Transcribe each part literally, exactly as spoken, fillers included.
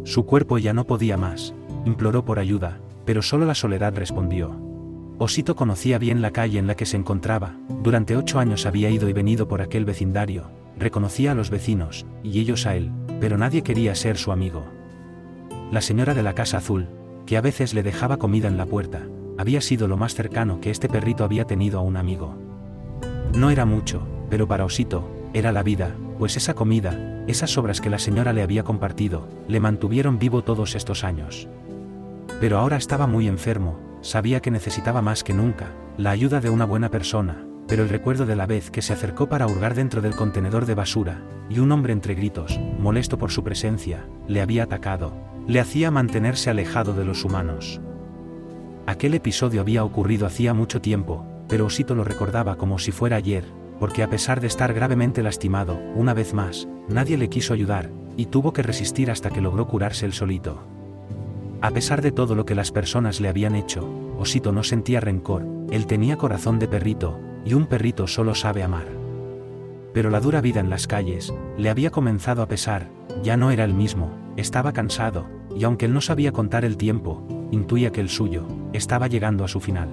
Su cuerpo ya no podía más, imploró por ayuda, pero solo la soledad respondió. Osito conocía bien la calle en la que se encontraba, durante ocho años había ido y venido por aquel vecindario, reconocía a los vecinos, y ellos a él, pero nadie quería ser su amigo. La señora de la casa azul, que a veces le dejaba comida en la puerta, había sido lo más cercano que este perrito había tenido a un amigo. No era mucho, pero para Osito, era la vida, pues esa comida, esas sobras que la señora le había compartido, le mantuvieron vivo todos estos años. Pero ahora estaba muy enfermo, sabía que necesitaba más que nunca, la ayuda de una buena persona, pero el recuerdo de la vez que se acercó para hurgar dentro del contenedor de basura, y un hombre entre gritos, molesto por su presencia, le había atacado, le hacía mantenerse alejado de los humanos. Aquel episodio había ocurrido hacía mucho tiempo, pero Osito lo recordaba como si fuera ayer, porque a pesar de estar gravemente lastimado, una vez más, nadie le quiso ayudar, y tuvo que resistir hasta que logró curarse él solito. A pesar de todo lo que las personas le habían hecho, Osito no sentía rencor, él tenía corazón de perrito, y un perrito solo sabe amar. Pero la dura vida en las calles, le había comenzado a pesar, ya no era el mismo, estaba cansado, y aunque él no sabía contar el tiempo, intuía que el suyo, estaba llegando a su final.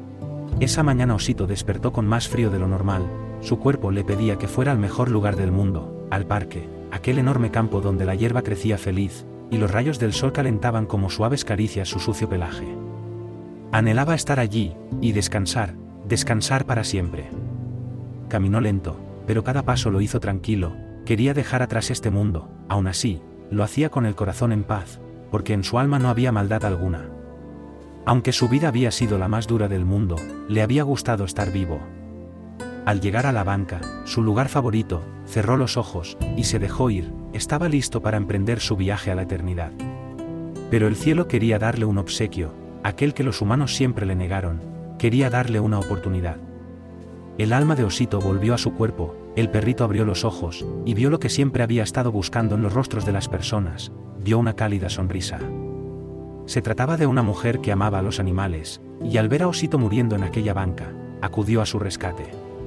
Esa mañana Osito despertó con más frío de lo normal, su cuerpo le pedía que fuera al mejor lugar del mundo, al parque, aquel enorme campo donde la hierba crecía feliz, y los rayos del sol calentaban como suaves caricias su sucio pelaje. Anhelaba estar allí, y descansar, descansar para siempre. Caminó lento, pero cada paso lo hizo tranquilo, quería dejar atrás este mundo, aún así, lo hacía con el corazón en paz, porque en su alma no había maldad alguna. Aunque su vida había sido la más dura del mundo, le había gustado estar vivo. Al llegar a la banca, su lugar favorito, cerró los ojos, y se dejó ir, estaba listo para emprender su viaje a la eternidad. Pero el cielo quería darle un obsequio, aquel que los humanos siempre le negaron, quería darle una oportunidad. El alma de Osito volvió a su cuerpo, el perrito abrió los ojos, y vio lo que siempre había estado buscando en los rostros de las personas, vio una cálida sonrisa. Se trataba de una mujer que amaba a los animales, y al ver a Osito muriendo en aquella banca, acudió a su rescate.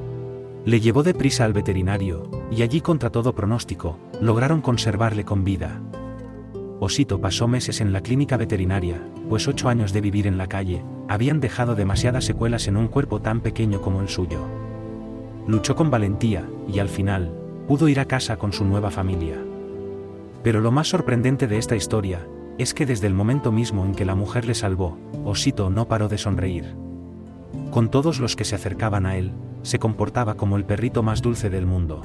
Le llevó deprisa al veterinario, y allí contra todo pronóstico, lograron conservarle con vida. Osito pasó meses en la clínica veterinaria, pues ocho años de vivir en la calle, habían dejado demasiadas secuelas en un cuerpo tan pequeño como el suyo. Luchó con valentía, y al final, pudo ir a casa con su nueva familia. Pero lo más sorprendente de esta historia, es que desde el momento mismo en que la mujer le salvó, Osito no paró de sonreír. Con todos los que se acercaban a él, se comportaba como el perrito más dulce del mundo.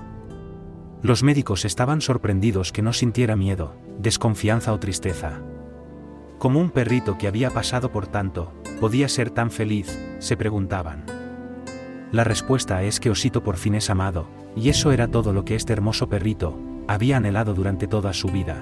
Los médicos estaban sorprendidos que no sintiera miedo, desconfianza o tristeza. ¿Cómo un perrito que había pasado por tanto, podía ser tan feliz?, se preguntaban. La respuesta es que Osito por fin es amado, y eso era todo lo que este hermoso perrito había anhelado durante toda su vida.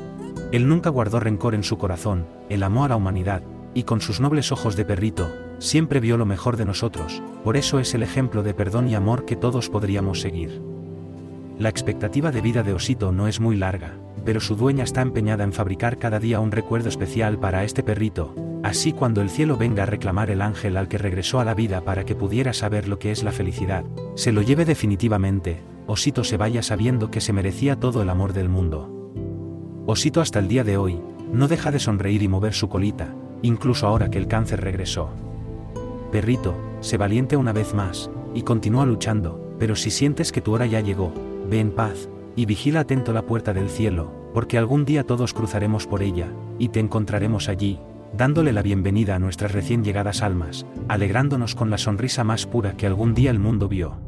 Él nunca guardó rencor en su corazón, él amó a la humanidad, y con sus nobles ojos de perrito, siempre vio lo mejor de nosotros, por eso es el ejemplo de perdón y amor que todos podríamos seguir. La expectativa de vida de Osito no es muy larga, pero su dueña está empeñada en fabricar cada día un recuerdo especial para este perrito, así cuando el cielo venga a reclamar el ángel al que regresó a la vida para que pudiera saber lo que es la felicidad, se lo lleve definitivamente, Osito se vaya sabiendo que se merecía todo el amor del mundo. Osito hasta el día de hoy, no deja de sonreír y mover su colita, incluso ahora que el cáncer regresó. Perrito, sé valiente una vez más, y continúa luchando, pero si sientes que tu hora ya llegó, ve en paz, y vigila atento la puerta del cielo, porque algún día todos cruzaremos por ella, y te encontraremos allí, dándole la bienvenida a nuestras recién llegadas almas, alegrándonos con la sonrisa más pura que algún día el mundo vio.